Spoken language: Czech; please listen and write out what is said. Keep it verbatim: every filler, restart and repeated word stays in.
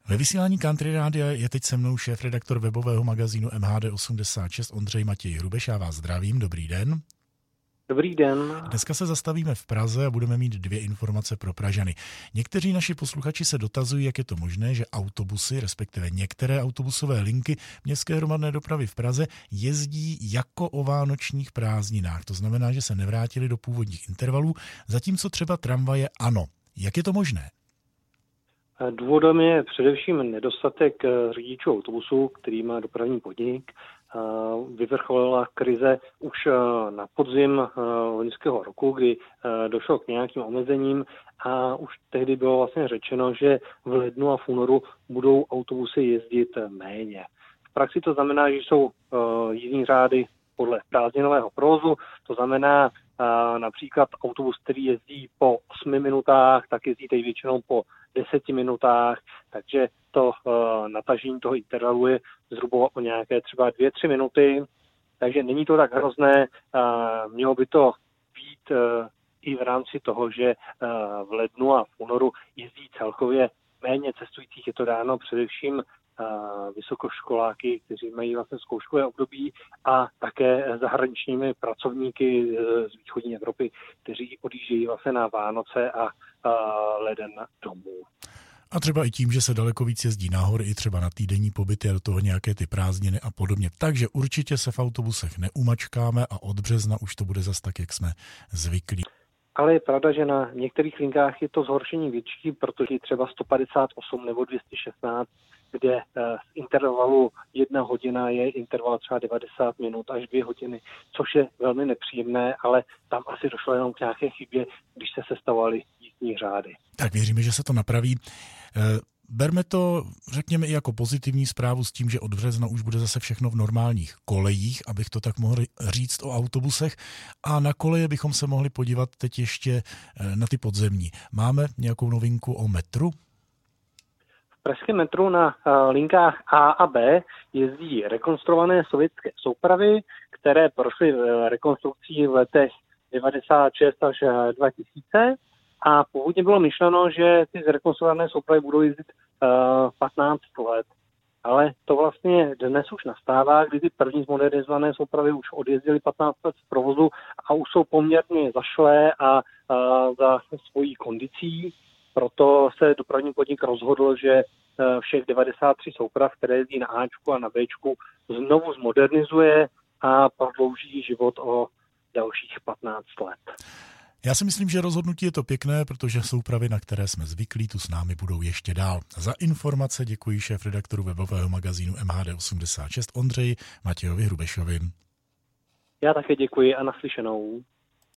Ve vysílání Country Rádia je teď se mnou šéfredaktor webového magazínu M H D osmdesát šest Ondřej Matěj Hrubeš. Já vás zdravím, dobrý den. Dobrý den. Dneska se zastavíme v Praze a budeme mít dvě informace pro Pražany. Někteří naši posluchači se dotazují, jak je to možné, že autobusy, respektive některé autobusové linky městské hromadné dopravy v Praze jezdí jako o vánočních prázdninách. To znamená, že se nevrátili do původních intervalů, zatímco třeba tramvaje ano. Jak je to možné? Důvodem je především nedostatek řidičů autobusů, který má dopravní podnik. Vyvrcholila krize už na podzim loňského roku, kdy došlo k nějakým omezením a už tehdy bylo vlastně řečeno, že v lednu a v únoru budou autobusy jezdit méně. V praxi to znamená, že jsou jízdní řády podle prázdninového provozu, to znamená například autobus, který jezdí po osmi minutách, tak jezdí teď většinou po deseti minutách, takže to uh, natažení toho intervalu je zhruba o nějaké třeba dvě, tři minuty, takže není to tak hrozné, uh, mělo by to být uh, i v rámci toho, že uh, v lednu a v únoru jezdí celkově méně cestujících, je to dáno především uh, vysokoškoláky, kteří mají vlastně zkouškové období a také zahraničními pracovníky uh, z východní Evropy, kteří odjíždějí vlastně na Vánoce a uh, leden domů. A třeba i tím, že se daleko víc jezdí na hory, i třeba na týdenní pobyty a do toho nějaké ty prázdniny a podobně. Takže určitě se v autobusech neumačkáme a od března už to bude zas tak, jak jsme zvyklí. Ale je pravda, že na některých linkách je to zhoršení větší, protože třeba sto padesát osm nebo dvě stě šestnáct, kde z intervalu jedna hodina je interval třeba devadesát minut až dvě hodiny, což je velmi nepříjemné, ale tam asi došlo jenom k nějaké chybě, když se sestavovaly jízdní řády. Tak věříme, že se to napraví. Berme to, řekněme, i jako pozitivní zprávu s tím, že od března už bude zase všechno v normálních kolejích, abych to tak mohl říct o autobusech. A na koleje bychom se mohli podívat teď ještě na ty podzemní. Máme nějakou novinku o metru? V pražském metru na linkách A a B jezdí rekonstruované sovětské soupravy, které prošly rekonstrukcí v letech devadesát šest až dva tisíce. A původně bylo myšleno, že ty zrekonstruované soupravy budou jezdit uh, patnáct let. Ale to vlastně dnes už nastává, kdy ty první zmodernizované soupravy už odjezdily patnáct let z provozu a už jsou poměrně zašlé a uh, za svojí kondicí. Proto se dopravní podnik rozhodl, že uh, všech devadesát tři souprav, které jezdí na Ačku a na Bčku, znovu zmodernizuje a prodlouží život o dalších patnáct let. Já si myslím, že rozhodnutí je to pěkné, protože soupravy, na které jsme zvyklí, tu s námi budou ještě dál. Za informace děkuji šéfredaktoru webového magazínu M H D osmdesát šest Ondřeji Matějovi Hrubešovi. Já také děkuji a naslyšenou.